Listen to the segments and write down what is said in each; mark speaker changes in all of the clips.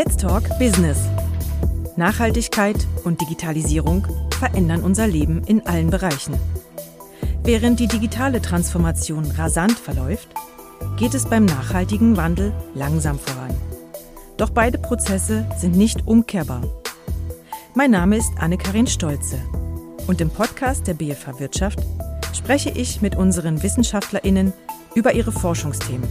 Speaker 1: Let's Talk Business. Nachhaltigkeit und Digitalisierung verändern unser Leben in allen Bereichen. Während die digitale Transformation rasant verläuft, geht es beim nachhaltigen Wandel langsam voran. Doch beide Prozesse sind nicht umkehrbar. Mein Name ist Anne-Karin Stolze und im Podcast der BFH Wirtschaft spreche ich mit unseren WissenschaftlerInnen über ihre Forschungsthemen.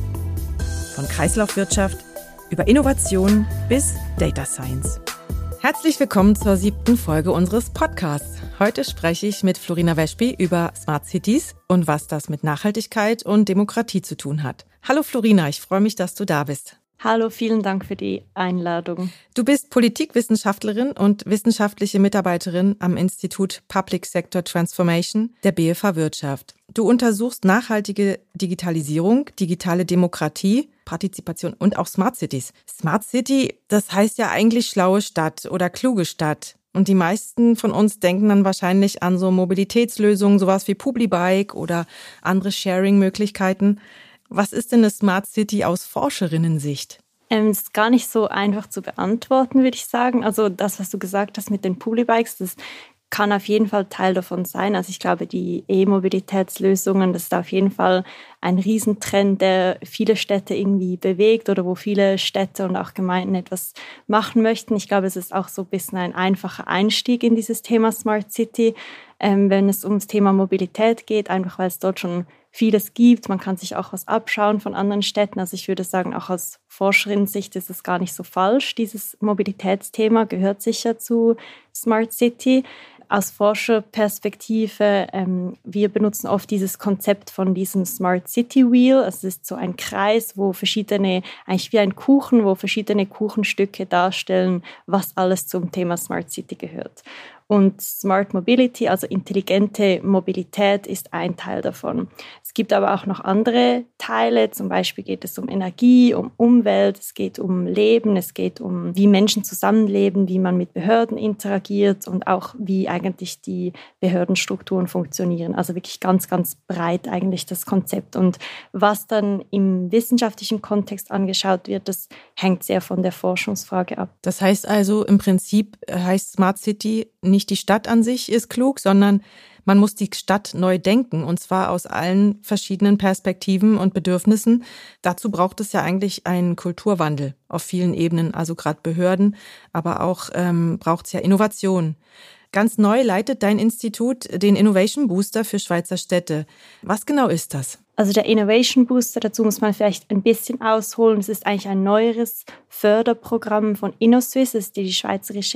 Speaker 1: Von Kreislaufwirtschaft über Innovation bis Data Science. Herzlich willkommen zur 7. Folge unseres Podcasts. Heute spreche ich mit Florina Weshby über Smart Cities und was das mit Nachhaltigkeit und Demokratie zu tun hat. Hallo Florina, ich freue mich, dass du da bist.
Speaker 2: Hallo, vielen Dank für die Einladung.
Speaker 1: Du bist Politikwissenschaftlerin und wissenschaftliche Mitarbeiterin am Institut Public Sector Transformation der BFH Wirtschaft. Du untersuchst nachhaltige Digitalisierung, digitale Demokratie, Partizipation und auch Smart Cities. Smart City, das heißt ja eigentlich schlaue Stadt oder kluge Stadt. Und die meisten von uns denken dann wahrscheinlich an so Mobilitätslösungen, sowas wie Publibike oder andere Sharing-Möglichkeiten. Was ist denn eine Smart City aus Forscherinnensicht?
Speaker 2: Es ist gar nicht so einfach zu beantworten, würde ich sagen. Also das, was du gesagt hast mit den Publibikes, das kann auf jeden Fall Teil davon sein. Also ich glaube, die E-Mobilitätslösungen, das ist auf jeden Fall ein Riesentrend, der viele Städte irgendwie bewegt oder wo viele Städte und auch Gemeinden etwas machen möchten. Ich glaube, es ist auch so ein bisschen ein einfacher Einstieg in dieses Thema Smart City, wenn es ums Thema Mobilität geht, einfach weil es dort schon vieles gibt. Man kann sich auch was abschauen von anderen Städten. Also ich würde sagen, auch aus Forscherinnensicht ist es gar nicht so falsch. Dieses Mobilitätsthema gehört sicher zu Smart City. Aus Forscherperspektive, wir benutzen oft dieses Konzept von diesem Smart City Wheel. Also es ist so ein Kreis, wo eigentlich wie ein Kuchen, wo verschiedene Kuchenstücke darstellen, was alles zum Thema Smart City gehört. Und Smart Mobility, also intelligente Mobilität, ist ein Teil davon. Es gibt aber auch noch andere Teile, zum Beispiel geht es um Energie, um Umwelt, es geht um Leben, es geht um, wie Menschen zusammenleben, wie man mit Behörden interagiert und auch, wie eigentlich die Behördenstrukturen funktionieren. Also wirklich ganz, ganz breit eigentlich das Konzept. Und was dann im wissenschaftlichen Kontext angeschaut wird, das hängt sehr von der Forschungsfrage ab.
Speaker 1: Das heißt also, im Prinzip heißt Smart City nicht die Stadt an sich ist klug, sondern man muss die Stadt neu denken und zwar aus allen verschiedenen Perspektiven und Bedürfnissen. Dazu braucht es ja eigentlich einen Kulturwandel auf vielen Ebenen, also gerade Behörden, aber auch braucht es ja Innovation. Ganz neu leitet dein Institut den Innovation Booster für Schweizer Städte. Was genau ist das?
Speaker 2: Also der Innovation Booster, dazu muss man vielleicht ein bisschen ausholen. Es ist eigentlich ein neueres Förderprogramm von InnoSwiss, das ist die schweizerische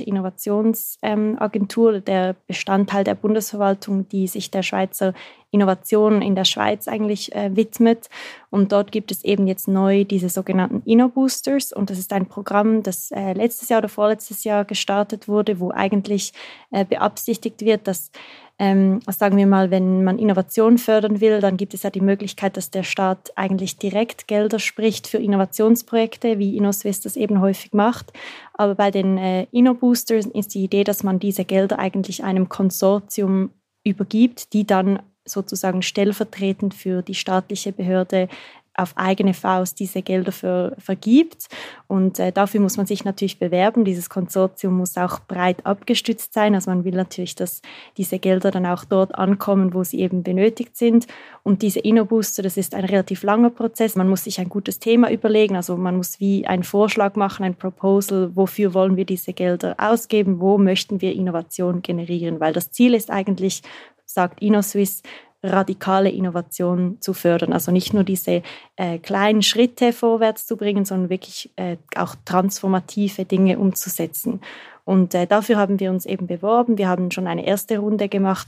Speaker 2: Innovationsagentur, der Bestandteil der Bundesverwaltung, die sich der Schweizer Innovation in der Schweiz eigentlich widmet. Und dort gibt es eben jetzt neu diese sogenannten InnoBoosters. Und das ist ein Programm, das letztes Jahr oder vorletztes Jahr gestartet wurde, wo eigentlich beabsichtigt wird, dass sagen wir mal, wenn man Innovation fördern will, dann gibt es ja die Möglichkeit, dass der Staat eigentlich direkt Gelder spricht für Innovationsprojekte, wie InnoSwiss das eben häufig macht. Aber bei den InnoBoosters ist die Idee, dass man diese Gelder eigentlich einem Konsortium übergibt, die dann sozusagen stellvertretend für die staatliche Behörde auf eigene Faust diese Gelder vergibt. Und dafür muss man sich natürlich bewerben. Dieses Konsortium muss auch breit abgestützt sein. Also man will natürlich, dass diese Gelder dann auch dort ankommen, wo sie eben benötigt sind. Und diese InnoBooster, das ist ein relativ langer Prozess. Man muss sich ein gutes Thema überlegen. Also man muss wie einen Vorschlag machen, ein Proposal, wofür wollen wir diese Gelder ausgeben, wo möchten wir Innovation generieren. Weil das Ziel ist eigentlich, sagt InnoSwiss, radikale Innovation zu fördern. Also nicht nur diese kleinen Schritte vorwärts zu bringen, sondern wirklich auch transformative Dinge umzusetzen. Und dafür haben wir uns eben beworben. Wir haben schon eine erste Runde gemacht,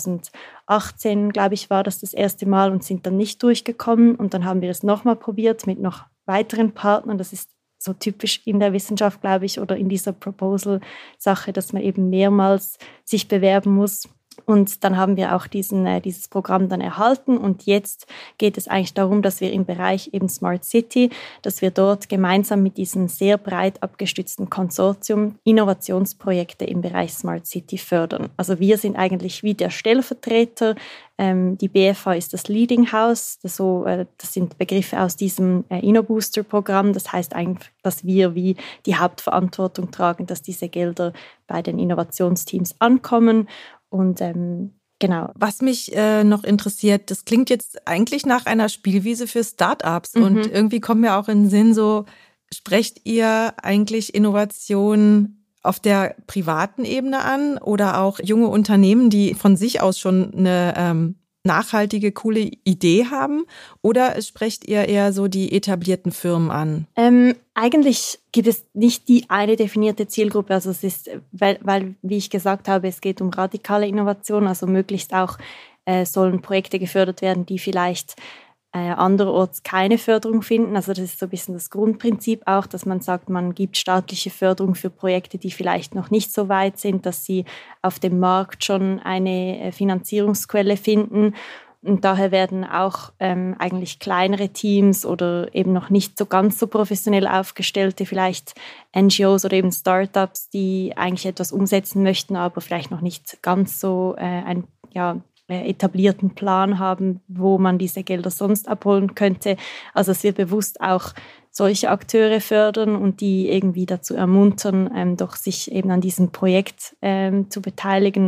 Speaker 2: 2018, glaube ich, war das erste Mal und sind dann nicht durchgekommen. Und dann haben wir es nochmal probiert mit noch weiteren Partnern. Das ist so typisch in der Wissenschaft, glaube ich, oder in dieser Proposal-Sache, dass man eben mehrmals sich bewerben muss. Und dann haben wir auch dieses Programm dann erhalten und jetzt geht es eigentlich darum, dass wir im Bereich eben Smart City, dass wir dort gemeinsam mit diesem sehr breit abgestützten Konsortium Innovationsprojekte im Bereich Smart City fördern. Also wir sind eigentlich wie der Stellvertreter. Die BFH ist das Leading House, das sind Begriffe aus diesem InnoBooster-Programm. Das heißt eigentlich, dass wir wie die Hauptverantwortung tragen, dass diese Gelder bei den Innovationsteams ankommen. Und genau.
Speaker 1: Was mich noch interessiert, das klingt jetzt eigentlich nach einer Spielwiese für Startups. Und irgendwie kommt mir auch in den Sinn so, sprecht ihr eigentlich Innovation auf der privaten Ebene an oder auch junge Unternehmen, die von sich aus schon eine nachhaltige, coole Idee haben? Oder sprecht ihr eher so die etablierten Firmen an?
Speaker 2: Eigentlich gibt es nicht die eine definierte Zielgruppe. Also es ist, weil, wie ich gesagt habe, es geht um radikale Innovation. Also möglichst auch sollen Projekte gefördert werden, die vielleicht anderorts keine Förderung finden. Also das ist so ein bisschen das Grundprinzip auch, dass man sagt, man gibt staatliche Förderung für Projekte, die vielleicht noch nicht so weit sind, dass sie auf dem Markt schon eine Finanzierungsquelle finden. Und daher werden auch eigentlich kleinere Teams oder eben noch nicht so ganz so professionell aufgestellte, vielleicht NGOs oder eben Startups, die eigentlich etwas umsetzen möchten, aber vielleicht noch nicht ganz so etablierten Plan haben, wo man diese Gelder sonst abholen könnte. Also es wird bewusst auch solche Akteure fördern und die irgendwie dazu ermuntern, doch sich eben an diesem Projekt zu beteiligen.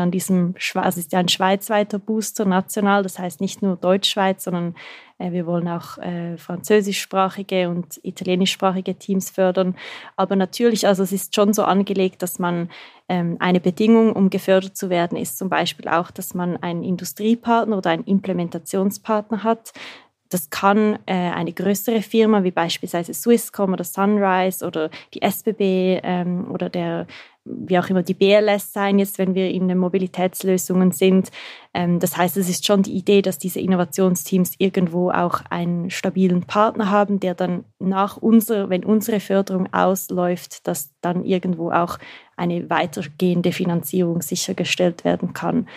Speaker 2: Es ist ja ein schweizweiter Booster, national, das heißt nicht nur Deutschschweiz, sondern wir wollen auch französischsprachige und italienischsprachige Teams fördern. Aber natürlich, also es ist schon so angelegt, dass man eine Bedingung, um gefördert zu werden, ist zum Beispiel auch, dass man einen Industriepartner oder einen Implementationspartner hat. Das kann eine größere Firma wie beispielsweise Swisscom oder Sunrise oder die SBB oder wie auch immer die BLS sein, jetzt wenn wir in den Mobilitätslösungen sind. Das heißt, es ist schon die Idee, dass diese Innovationsteams irgendwo auch einen stabilen Partner haben, der dann wenn unsere Förderung ausläuft, dass dann irgendwo auch eine weitergehende Finanzierung sichergestellt werden kann.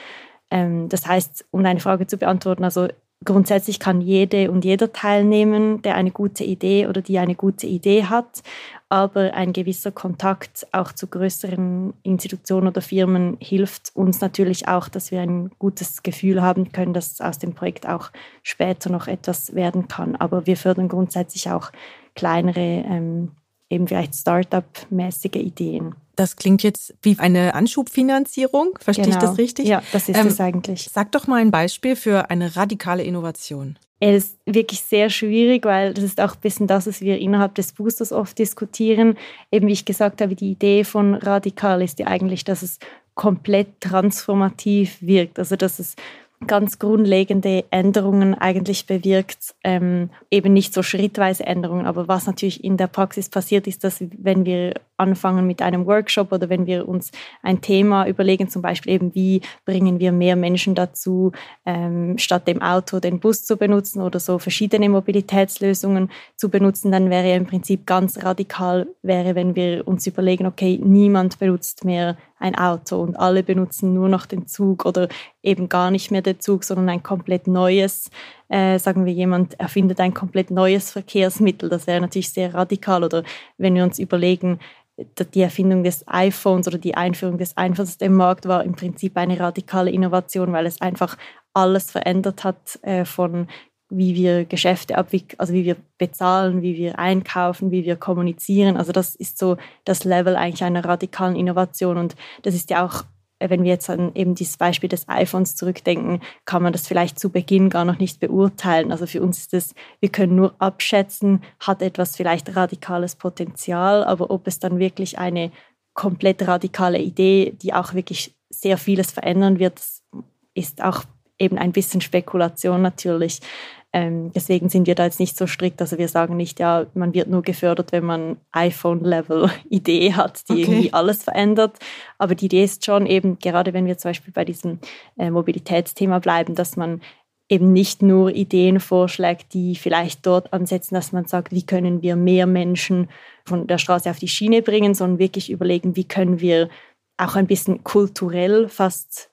Speaker 2: Das heißt, um deine Frage zu beantworten, also grundsätzlich kann jede und jeder teilnehmen, der eine gute Idee oder die eine gute Idee hat, aber ein gewisser Kontakt auch zu größeren Institutionen oder Firmen hilft uns natürlich auch, dass wir ein gutes Gefühl haben können, dass aus dem Projekt auch später noch etwas werden kann. Aber wir fördern grundsätzlich auch kleinere, eben vielleicht Start-up-mäßige Ideen.
Speaker 1: Das klingt jetzt wie eine Anschubfinanzierung. Verstehe ich das richtig?
Speaker 2: Ja, das ist es eigentlich.
Speaker 1: Sag doch mal ein Beispiel für eine radikale Innovation.
Speaker 2: Es ist wirklich sehr schwierig, weil das ist auch ein bisschen das, was wir innerhalb des Boosters oft diskutieren. Eben wie ich gesagt habe, die Idee von radikal ist ja eigentlich, dass es komplett transformativ wirkt. Also dass es ganz grundlegende Änderungen eigentlich bewirkt, eben nicht so schrittweise Änderungen, aber was natürlich in der Praxis passiert ist, dass wenn wir anfangen mit einem Workshop oder wenn wir uns ein Thema überlegen, zum Beispiel eben, wie bringen wir mehr Menschen dazu, statt dem Auto den Bus zu benutzen oder so verschiedene Mobilitätslösungen zu benutzen, dann wäre ja im Prinzip ganz radikal, wenn wir uns überlegen, okay, niemand benutzt mehr ein Auto und alle benutzen nur noch den Zug oder eben gar nicht mehr den Zug, sondern ein komplett neues, sagen wir, jemand erfindet ein komplett neues Verkehrsmittel. Das wäre natürlich sehr radikal. Oder wenn wir uns überlegen, die Erfindung des iPhones oder die Einführung des iPhones auf dem Markt war im Prinzip eine radikale Innovation, weil es einfach alles verändert hat von wie wir Geschäfte abwickeln, also wie wir bezahlen, wie wir einkaufen, wie wir kommunizieren. Also das ist so das Level eigentlich einer radikalen Innovation. Und das ist ja auch, wenn wir jetzt an eben dieses Beispiel des iPhones zurückdenken, kann man das vielleicht zu Beginn gar noch nicht beurteilen. Also für uns ist es, wir können nur abschätzen, hat etwas vielleicht radikales Potenzial, aber ob es dann wirklich eine komplett radikale Idee, die auch wirklich sehr vieles verändern wird, ist auch eben ein bisschen Spekulation natürlich. Deswegen sind wir da jetzt nicht so strikt. Also wir sagen nicht, ja, man wird nur gefördert, wenn man iPhone-Level-Idee hat, die irgendwie alles verändert. Aber die Idee ist schon eben, gerade wenn wir zum Beispiel bei diesem Mobilitätsthema bleiben, dass man eben nicht nur Ideen vorschlägt, die vielleicht dort ansetzen, dass man sagt, wie können wir mehr Menschen von der Straße auf die Schiene bringen, sondern wirklich überlegen, wie können wir auch ein bisschen kulturell fast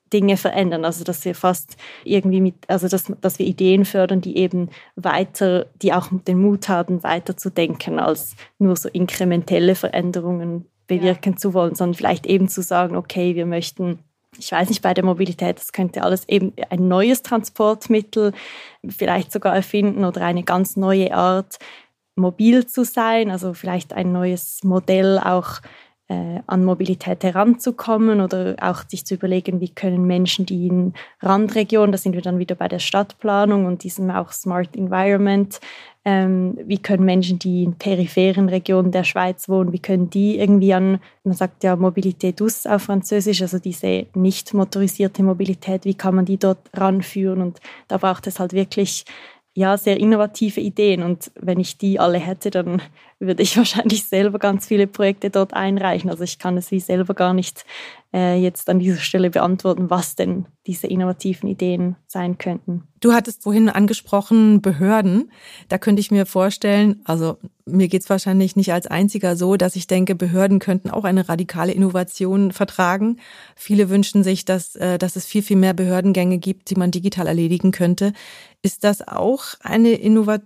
Speaker 2: Dinge verändern, also dass wir fast irgendwie dass wir Ideen fördern, die eben die auch den Mut haben, weiterzudenken, als nur so inkrementelle Veränderungen bewirken zu wollen, sondern vielleicht eben zu sagen, okay, wir möchten, ich weiß nicht, bei der Mobilität, das könnte alles eben ein neues Transportmittel vielleicht sogar erfinden oder eine ganz neue Art, mobil zu sein, also vielleicht ein neues Modell auch an Mobilität heranzukommen oder auch sich zu überlegen, wie können Menschen, die in Randregionen, da sind wir dann wieder bei der Stadtplanung und diesem auch Smart Environment, wie können Menschen, die in peripheren Regionen der Schweiz wohnen, wie können die irgendwie man sagt ja Mobilité douce auf Französisch, also diese nicht motorisierte Mobilität, wie kann man die dort ranführen? Und da braucht es halt wirklich sehr innovative Ideen. Und wenn ich die alle hätte, dann würde ich wahrscheinlich selber ganz viele Projekte dort einreichen. Also ich kann es wie selber gar nicht jetzt an dieser Stelle beantworten, was denn diese innovativen Ideen sein könnten.
Speaker 1: Du hattest vorhin angesprochen Behörden. Da könnte ich mir vorstellen, also mir geht es wahrscheinlich nicht als einziger so, dass ich denke, Behörden könnten auch eine radikale Innovation vertragen. Viele wünschen sich, dass es viel, viel mehr Behördengänge gibt, die man digital erledigen könnte. Ist das auch eine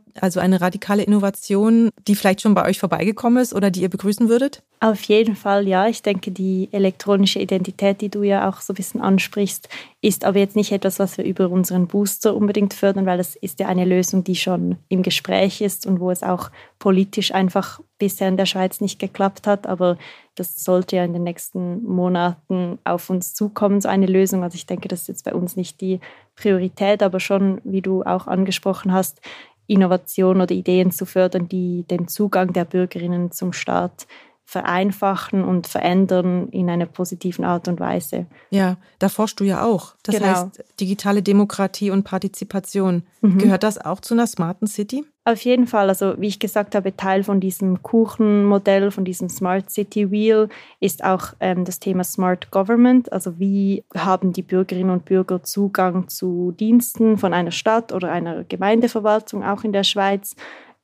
Speaker 1: radikale Innovation, die vielleicht schon bei euch vorbeigekommen ist oder die ihr begrüßen würdet?
Speaker 2: Auf jeden Fall, ja. Ich denke, die elektronische Identität, die du ja auch so ein bisschen ansprichst, ist aber jetzt nicht etwas, was wir über unseren Booster unbedingt fördern, weil das ist ja eine Lösung, die schon im Gespräch ist und wo es auch politisch einfach bisher in der Schweiz nicht geklappt hat. Aber das sollte ja in den nächsten Monaten auf uns zukommen, so eine Lösung. Also ich denke, das ist jetzt bei uns nicht die Priorität, aber schon, wie du auch angesprochen hast, Innovation oder Ideen zu fördern, die den Zugang der Bürgerinnen zum Staat vereinfachen und verändern in einer positiven Art und Weise.
Speaker 1: Ja, da forschst du ja auch. Das heißt, digitale Demokratie und Partizipation. Gehört das auch zu einer smarten City?
Speaker 2: Auf jeden Fall. Also wie ich gesagt habe, Teil von diesem Kuchenmodell, von diesem Smart City Wheel ist auch das Thema Smart Government. Also wie haben die Bürgerinnen und Bürger Zugang zu Diensten von einer Stadt oder einer Gemeindeverwaltung, auch in der Schweiz.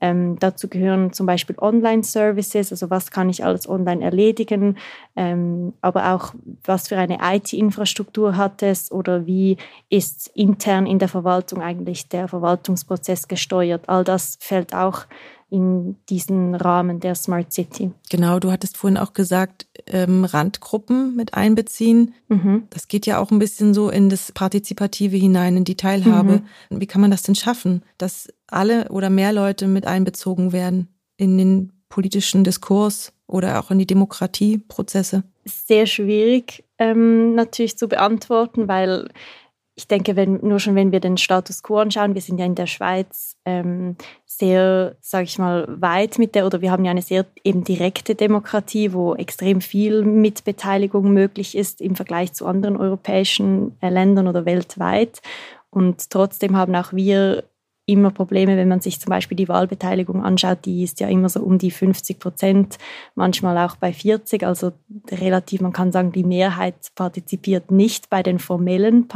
Speaker 2: Dazu gehören zum Beispiel Online-Services, also was kann ich alles online erledigen, aber auch was für eine IT-Infrastruktur hat es oder wie ist intern in der Verwaltung eigentlich der Verwaltungsprozess gesteuert. All das fällt auch in diesen Rahmen der Smart City.
Speaker 1: Genau, du hattest vorhin auch gesagt, Randgruppen mit einbeziehen. Das geht ja auch ein bisschen so in das Partizipative hinein, in die Teilhabe. Wie kann man das denn schaffen, dass alle oder mehr Leute mit einbezogen werden in den politischen Diskurs oder auch in die Demokratieprozesse?
Speaker 2: Sehr schwierig natürlich zu beantworten, weil ich denke, wenn wir den Status quo anschauen, wir sind ja in der Schweiz sehr, sage ich mal, weit wir haben ja eine sehr eben direkte Demokratie, wo extrem viel Mitbeteiligung möglich ist im Vergleich zu anderen europäischen Ländern oder weltweit. Und trotzdem haben auch wir immer Probleme, wenn man sich zum Beispiel die Wahlbeteiligung anschaut, die ist ja immer so um die 50%, manchmal auch bei 40%, also relativ, man kann sagen, die Mehrheit partizipiert nicht bei den formellen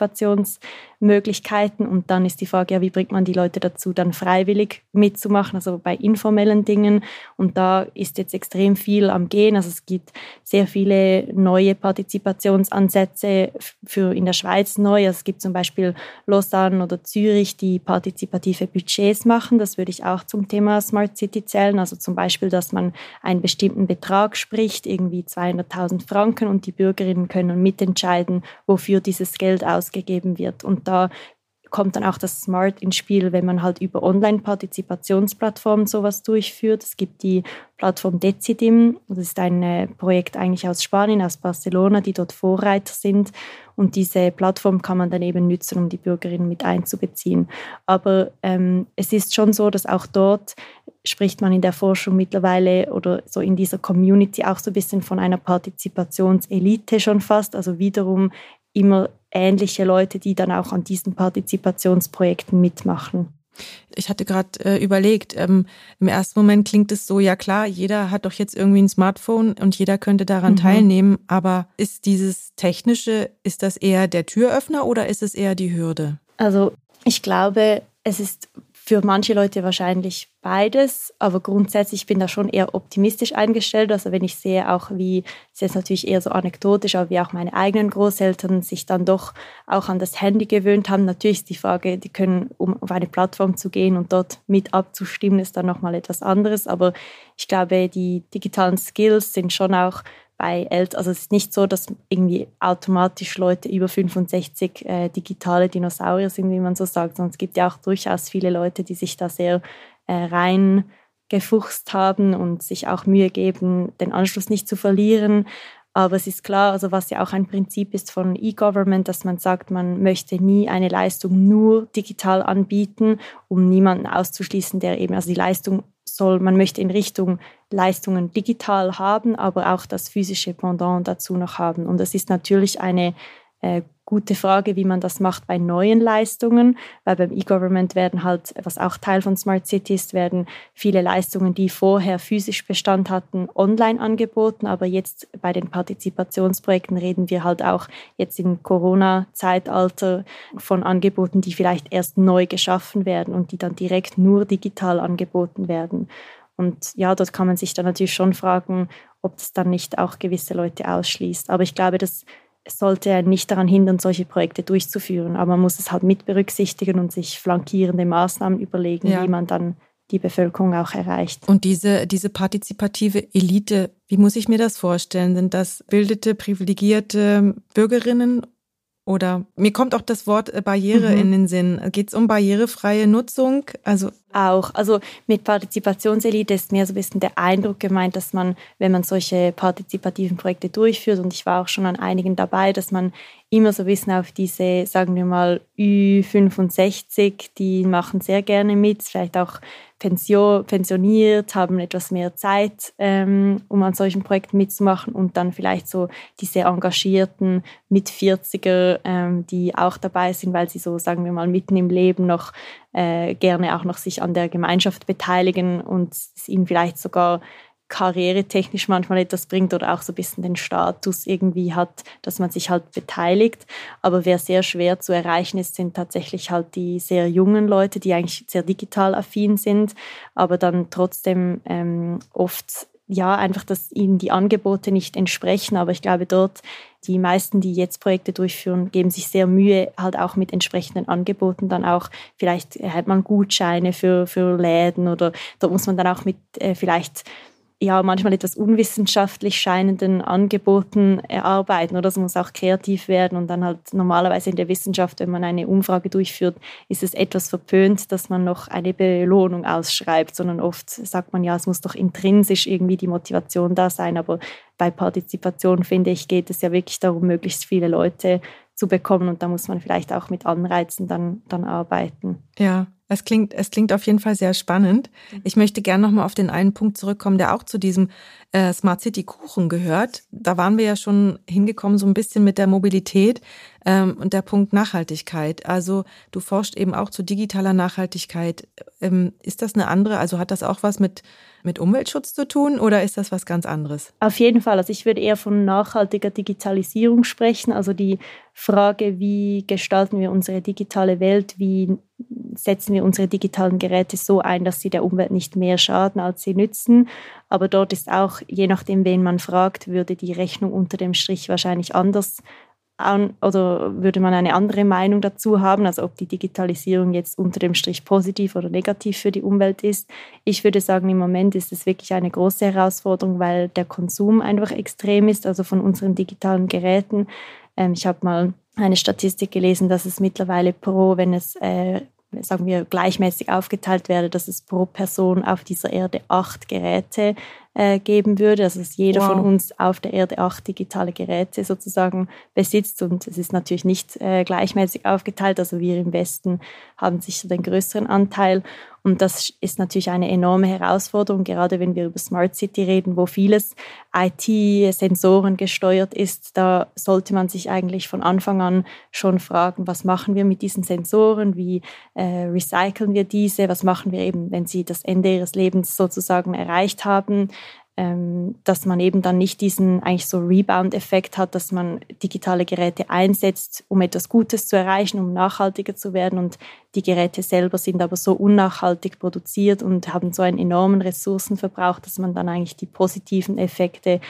Speaker 2: Partizipationsmöglichkeiten und dann ist die Frage, ja, wie bringt man die Leute dazu, dann freiwillig mitzumachen, also bei informellen Dingen und da ist jetzt extrem viel am Gehen, also es gibt sehr viele neue Partizipationsansätze für in der Schweiz neu, also es gibt zum Beispiel Lausanne oder Zürich, die partizipative Budgets machen. Das würde ich auch zum Thema Smart City zählen. Also zum Beispiel, dass man einen bestimmten Betrag spricht, irgendwie 200.000 Franken und die Bürgerinnen können mitentscheiden, wofür dieses Geld ausgegeben wird. Und da kommt dann auch das Smart ins Spiel, wenn man halt über Online-Partizipationsplattformen sowas durchführt. Es gibt die Plattform Decidim, das ist ein Projekt eigentlich aus Spanien, aus Barcelona, die dort Vorreiter sind. Und diese Plattform kann man dann eben nutzen, um die Bürgerinnen mit einzubeziehen. Aber es ist schon so, dass auch dort spricht man in der Forschung mittlerweile oder so in dieser Community auch so ein bisschen von einer Partizipationselite schon fast. Also wiederum immer ähnliche Leute, die dann auch an diesen Partizipationsprojekten mitmachen.
Speaker 1: Ich hatte gerade überlegt, im ersten Moment klingt es so, ja klar, jeder hat doch jetzt irgendwie ein Smartphone und jeder könnte daran teilnehmen, aber ist dieses Technische, ist das eher der Türöffner oder ist es eher die Hürde?
Speaker 2: Also ich glaube, es ist für manche Leute wahrscheinlich beides, aber grundsätzlich bin da schon eher optimistisch eingestellt. Also wenn ich sehe auch, wie, das ist jetzt natürlich eher so anekdotisch, aber wie auch meine eigenen Großeltern sich dann doch auch an das Handy gewöhnt haben. Natürlich ist die Frage, die können, um auf eine Plattform zu gehen und dort mit abzustimmen, ist dann nochmal etwas anderes. Aber ich glaube, die digitalen Skills sind schon auch bei Eltern, also es ist nicht so, dass irgendwie automatisch Leute über 65 digitale Dinosaurier sind, wie man so sagt, sondern es gibt ja auch durchaus viele Leute, die sich da sehr reingefuchst haben und sich auch Mühe geben, den Anschluss nicht zu verlieren. Aber es ist klar, also was ja auch ein Prinzip ist von E-Government, dass man sagt, man möchte nie eine Leistung nur digital anbieten, um niemanden auszuschließen, der eben, also die Leistung man möchte in Richtung Leistungen digital haben, aber auch das physische Pendant dazu noch haben. Und es ist natürlich eine gute Frage, wie man das macht bei neuen Leistungen, weil beim E-Government werden halt, was auch Teil von Smart Cities, werden viele Leistungen, die vorher physisch Bestand hatten, online angeboten, aber jetzt bei den Partizipationsprojekten reden wir halt auch jetzt im Corona-Zeitalter von Angeboten, die vielleicht erst neu geschaffen werden und die dann direkt nur digital angeboten werden. Und ja, dort kann man sich dann natürlich schon fragen, ob das dann nicht auch gewisse Leute ausschließt. Aber ich glaube, es sollte nicht daran hindern, solche Projekte durchzuführen. Aber man muss es halt mit berücksichtigen und sich flankierende Maßnahmen überlegen, wie man dann die Bevölkerung auch erreicht.
Speaker 1: Und diese partizipative Elite, wie muss ich mir das vorstellen? Sind das bildete, privilegierte Bürgerinnen? Oder mir kommt auch das Wort Barriere in den Sinn. Geht es um barrierefreie Nutzung? Also
Speaker 2: mit Partizipationselite ist mehr so ein bisschen der Eindruck gemeint, dass man, wenn man solche partizipativen Projekte durchführt, und ich war auch schon an einigen dabei, dass man immer so ein bisschen auf diese, sagen wir mal, Ü65, die machen sehr gerne mit, vielleicht auch pensioniert, haben etwas mehr Zeit, um an solchen Projekten mitzumachen, und dann vielleicht so diese engagierten Mit-40er, die auch dabei sind, weil sie so, sagen wir mal, mitten im Leben noch gerne auch noch sich an der Gemeinschaft beteiligen und es ihnen vielleicht sogar karrieretechnisch manchmal etwas bringt oder auch so ein bisschen den Status irgendwie hat, dass man sich halt beteiligt. Aber wer sehr schwer zu erreichen ist, sind tatsächlich halt die sehr jungen Leute, die eigentlich sehr digital affin sind, aber dann trotzdem oft einfach, dass ihnen die Angebote nicht entsprechen. Aber ich glaube, dort die meisten, die jetzt Projekte durchführen, geben sich sehr Mühe, halt auch mit entsprechenden Angeboten dann auch, vielleicht hat man Gutscheine für Läden oder da muss man dann auch mit vielleicht manchmal etwas unwissenschaftlich scheinenden Angeboten erarbeiten, oder es muss auch kreativ werden und dann halt normalerweise in der Wissenschaft, wenn man eine Umfrage durchführt, ist es etwas verpönt, dass man noch eine Belohnung ausschreibt, sondern oft sagt man, es muss doch intrinsisch irgendwie die Motivation da sein, aber bei Partizipation, finde ich, geht es ja wirklich darum, möglichst viele Leute zu bekommen und da muss man vielleicht auch mit Anreizen dann arbeiten.
Speaker 1: Ja. Es klingt auf jeden Fall sehr spannend. Ich möchte gerne nochmal auf den einen Punkt zurückkommen, der auch zu diesem Smart City Kuchen gehört. Da waren wir ja schon hingekommen, so ein bisschen mit der Mobilität und der Punkt Nachhaltigkeit. Also du forschst eben auch zu digitaler Nachhaltigkeit. Ist das eine andere, also hat das auch was mit Umweltschutz zu tun oder ist das was ganz anderes?
Speaker 2: Auf jeden Fall. Also ich würde eher von nachhaltiger Digitalisierung sprechen. Also die Frage, wie gestalten wir unsere digitale Welt, wie setzen wir unsere digitalen Geräte so ein, dass sie der Umwelt nicht mehr schaden, als sie nützen. Aber dort ist auch, je nachdem, wen man fragt, würde die Rechnung unter dem Strich wahrscheinlich anders oder würde man eine andere Meinung dazu haben, also ob die Digitalisierung jetzt unter dem Strich positiv oder negativ für die Umwelt ist. Ich würde sagen, im Moment ist es wirklich eine große Herausforderung, weil der Konsum einfach extrem ist, also von unseren digitalen Geräten. Ich habe mal eine Statistik gelesen, dass es mittlerweile wenn es sagen wir, gleichmäßig aufgeteilt wäre, dass es pro Person auf dieser Erde 8 Geräte geben würde, also dass jeder von uns auf der Erde 8 digitale Geräte sozusagen besitzt und es ist natürlich nicht gleichmäßig aufgeteilt, also wir im Westen haben sicher den größeren Anteil und das ist natürlich eine enorme Herausforderung, gerade wenn wir über Smart City reden, wo vieles IT-Sensoren gesteuert ist, da sollte man sich eigentlich von Anfang an schon fragen, was machen wir mit diesen Sensoren, wie recyceln wir diese, was machen wir eben, wenn sie das Ende ihres Lebens sozusagen erreicht haben, dass man eben dann nicht diesen eigentlich so Rebound-Effekt hat, dass man digitale Geräte einsetzt, um etwas Gutes zu erreichen, um nachhaltiger zu werden, und die Geräte selber sind aber so unnachhaltig produziert und haben so einen enormen Ressourcenverbrauch, dass man dann eigentlich die positiven Effekte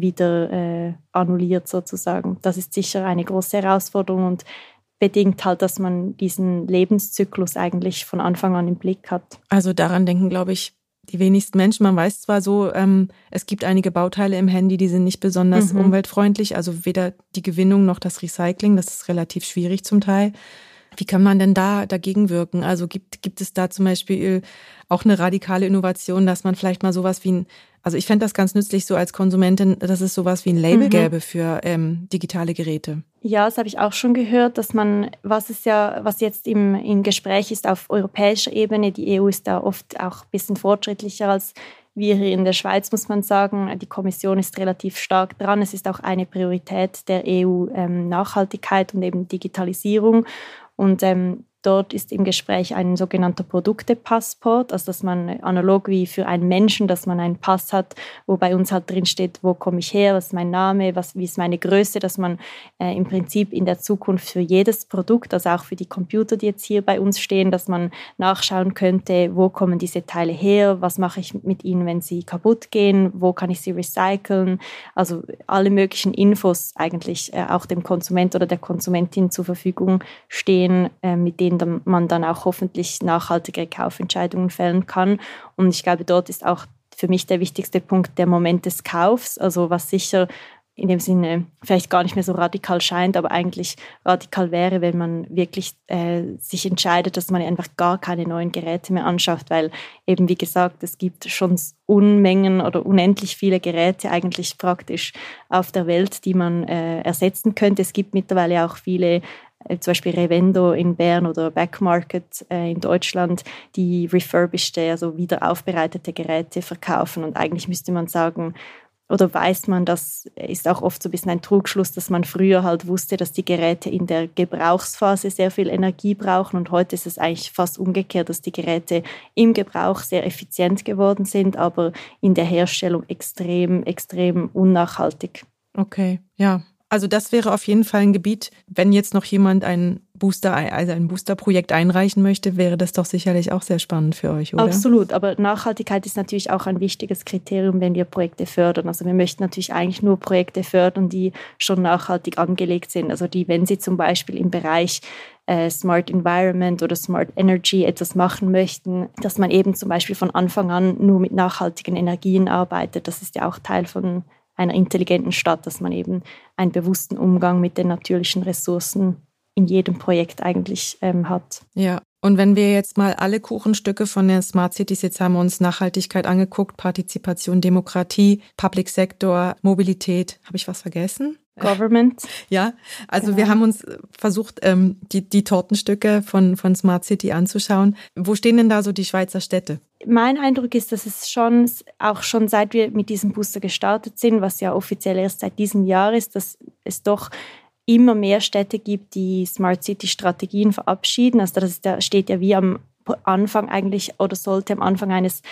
Speaker 2: wieder annulliert sozusagen. Das ist sicher eine große Herausforderung und bedingt halt, dass man diesen Lebenszyklus eigentlich von Anfang an im Blick hat.
Speaker 1: Also daran denken, glaube ich, die wenigsten Menschen. Man weiß zwar so, es gibt einige Bauteile im Handy, die sind nicht besonders umweltfreundlich, also weder die Gewinnung noch das Recycling, das ist relativ schwierig zum Teil. Wie kann man denn da dagegen wirken? Also gibt es da zum Beispiel auch eine radikale Innovation, dass man vielleicht mal sowas wie also ich fände das ganz nützlich so als Konsumentin, dass es sowas wie ein Label gäbe für digitale Geräte.
Speaker 2: Ja, das habe ich auch schon gehört, dass man, was jetzt im Gespräch ist auf europäischer Ebene, die EU ist da oft auch ein bisschen fortschrittlicher als wir hier in der Schweiz, muss man sagen. Die Kommission ist relativ stark dran. Es ist auch eine Priorität der EU, Nachhaltigkeit und eben Digitalisierung. Und dort ist im Gespräch ein sogenannter Produktepassport, also dass man analog wie für einen Menschen, dass man einen Pass hat, wo bei uns halt drin steht, wo komme ich her, was ist mein Name, wie ist meine Größe, dass man im Prinzip in der Zukunft für jedes Produkt, also auch für die Computer, die jetzt hier bei uns stehen, dass man nachschauen könnte, wo kommen diese Teile her, was mache ich mit ihnen, wenn sie kaputt gehen, wo kann ich sie recyceln, also alle möglichen Infos eigentlich auch dem Konsument oder der Konsumentin zur Verfügung stehen, mit denen man dann auch hoffentlich nachhaltige Kaufentscheidungen fällen kann. Und ich glaube, dort ist auch für mich der wichtigste Punkt der Moment des Kaufs, also was sicher in dem Sinne vielleicht gar nicht mehr so radikal scheint, aber eigentlich radikal wäre, wenn man wirklich sich entscheidet, dass man einfach gar keine neuen Geräte mehr anschafft, weil eben, wie gesagt, es gibt schon Unmengen oder unendlich viele Geräte eigentlich praktisch auf der Welt, die man ersetzen könnte. Es gibt mittlerweile auch viele zum Beispiel Revendo in Bern oder Backmarket in Deutschland, die refurbished, also wieder aufbereitete Geräte verkaufen. Und eigentlich müsste man sagen, oder weiß man, das ist auch oft so ein bisschen ein Trugschluss, dass man früher halt wusste, dass die Geräte in der Gebrauchsphase sehr viel Energie brauchen, und heute ist es eigentlich fast umgekehrt, dass die Geräte im Gebrauch sehr effizient geworden sind, aber in der Herstellung extrem, extrem unnachhaltig.
Speaker 1: Okay, ja. Also das wäre auf jeden Fall ein Gebiet, wenn jetzt noch jemand ein Boosterprojekt einreichen möchte, wäre das doch sicherlich auch sehr spannend für euch, oder?
Speaker 2: Absolut, aber Nachhaltigkeit ist natürlich auch ein wichtiges Kriterium, wenn wir Projekte fördern. Also wir möchten natürlich eigentlich nur Projekte fördern, die schon nachhaltig angelegt sind. Also die, wenn sie zum Beispiel im Bereich Smart Environment oder Smart Energy etwas machen möchten, dass man eben zum Beispiel von Anfang an nur mit nachhaltigen Energien arbeitet. Das ist ja auch Teil von einer intelligenten Stadt, dass man eben einen bewussten Umgang mit den natürlichen Ressourcen in jedem Projekt eigentlich hat.
Speaker 1: Ja, und wenn wir jetzt mal alle Kuchenstücke von den Smart Cities, jetzt haben wir uns Nachhaltigkeit angeguckt, Partizipation, Demokratie, Public Sector, Mobilität, habe ich was vergessen?
Speaker 2: Government.
Speaker 1: Ja, also wir haben uns versucht, die Tortenstücke von Smart City anzuschauen. Wo stehen denn da so die Schweizer Städte?
Speaker 2: Mein Eindruck ist, dass es schon seit wir mit diesem Booster gestartet sind, was ja offiziell erst seit diesem Jahr ist, dass es doch immer mehr Städte gibt, die Smart City Strategien verabschieden. Also das steht ja wie am Anfang eigentlich oder sollte am Anfang eines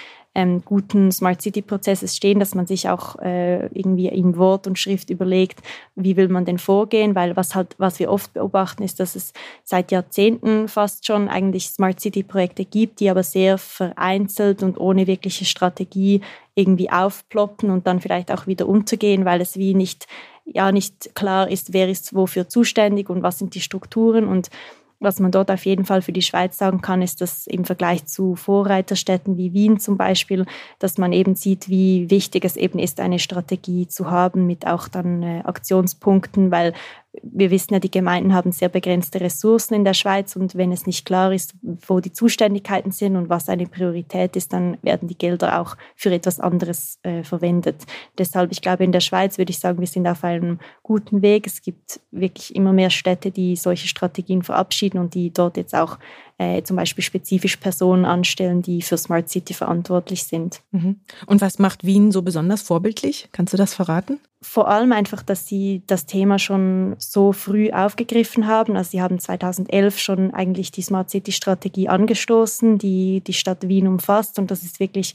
Speaker 2: guten Smart City Prozesses stehen, dass man sich auch irgendwie in Wort und Schrift überlegt, wie will man denn vorgehen, weil was wir oft beobachten, ist, dass es seit Jahrzehnten fast schon eigentlich Smart City Projekte gibt, die aber sehr vereinzelt und ohne wirkliche Strategie irgendwie aufploppen und dann vielleicht auch wieder untergehen, weil es wie nicht klar ist, wer ist wofür zuständig und was sind die Strukturen. Und was man dort auf jeden Fall für die Schweiz sagen kann, ist, dass im Vergleich zu Vorreiterstädten wie Wien zum Beispiel, dass man eben sieht, wie wichtig es eben ist, eine Strategie zu haben mit auch dann Aktionspunkten, weil wir wissen ja, die Gemeinden haben sehr begrenzte Ressourcen in der Schweiz, und wenn es nicht klar ist, wo die Zuständigkeiten sind und was eine Priorität ist, dann werden die Gelder auch für etwas anderes verwendet. Deshalb, ich glaube, in der Schweiz würde ich sagen, wir sind auf einem guten Weg. Es gibt wirklich immer mehr Städte, die solche Strategien verabschieden und die dort jetzt auch zum Beispiel spezifisch Personen anstellen, die für Smart City verantwortlich sind.
Speaker 1: Und was macht Wien so besonders vorbildlich? Kannst du das verraten?
Speaker 2: Vor allem einfach, dass sie das Thema schon so früh aufgegriffen haben. Also sie haben 2011 schon eigentlich die Smart City Strategie angestoßen, die die Stadt Wien umfasst, und das ist wirklich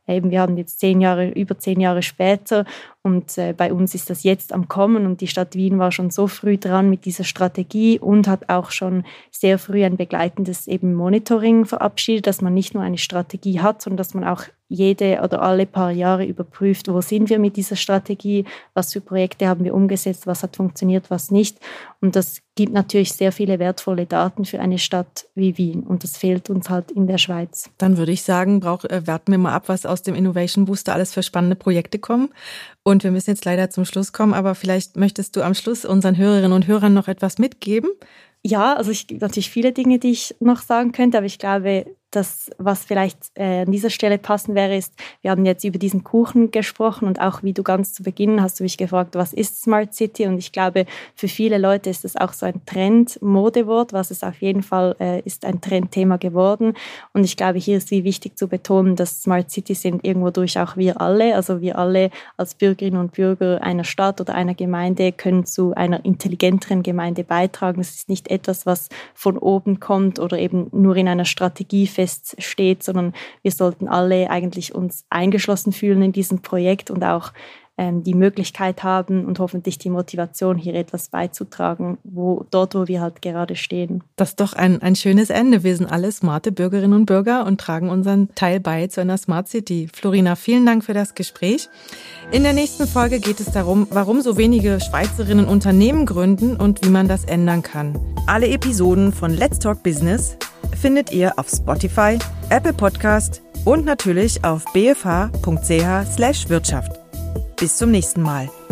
Speaker 2: wir haben jetzt über 10 Jahre später und bei uns ist das jetzt am Kommen und die Stadt Wien war schon so früh dran mit dieser Strategie und hat auch schon sehr früh ein begleitendes eben Monitoring verabschiedet, dass man nicht nur eine Strategie hat, sondern dass man auch jede oder alle paar Jahre überprüft, wo sind wir mit dieser Strategie, was für Projekte haben wir umgesetzt, was hat funktioniert, was nicht. Und das gibt natürlich sehr viele wertvolle Daten für eine Stadt wie Wien und das fehlt uns halt in der Schweiz.
Speaker 1: Dann würde ich sagen, warten wir mal ab, was aus dem Innovation Booster alles für spannende Projekte kommen. Und wir müssen jetzt leider zum Schluss kommen, aber vielleicht möchtest du am Schluss unseren Hörerinnen und Hörern noch etwas mitgeben?
Speaker 2: Ja, also es gibt natürlich viele Dinge, die ich noch sagen könnte, aber ich glaube, das, was vielleicht an dieser Stelle passend wäre, ist, wir haben jetzt über diesen Kuchen gesprochen und auch wie du ganz zu Beginn hast du mich gefragt, was ist Smart City? Und ich glaube, für viele Leute ist das auch so ein Trend-Modewort, was es auf jeden Fall ist ein Trendthema geworden. Und ich glaube, hier ist wie wichtig zu betonen, dass Smart Cities sind irgendwo durch auch wir alle. Also wir alle als Bürgerinnen und Bürger einer Stadt oder einer Gemeinde können zu einer intelligenteren Gemeinde beitragen. Es ist nicht etwas, was von oben kommt oder eben nur in einer Strategie feststeht, sondern wir sollten alle eigentlich uns eingeschlossen fühlen in diesem Projekt und auch die Möglichkeit haben und hoffentlich die Motivation, hier etwas beizutragen, dort, wo wir halt gerade stehen.
Speaker 1: Das ist doch ein schönes Ende. Wir sind alle smarte Bürgerinnen und Bürger und tragen unseren Teil bei zu einer Smart City. Florina, vielen Dank für das Gespräch. In der nächsten Folge geht es darum, warum so wenige Schweizerinnen Unternehmen gründen und wie man das ändern kann. Alle Episoden von Let's Talk Business findet ihr auf Spotify, Apple Podcast und natürlich auf bfh.ch/Wirtschaft. Bis zum nächsten Mal.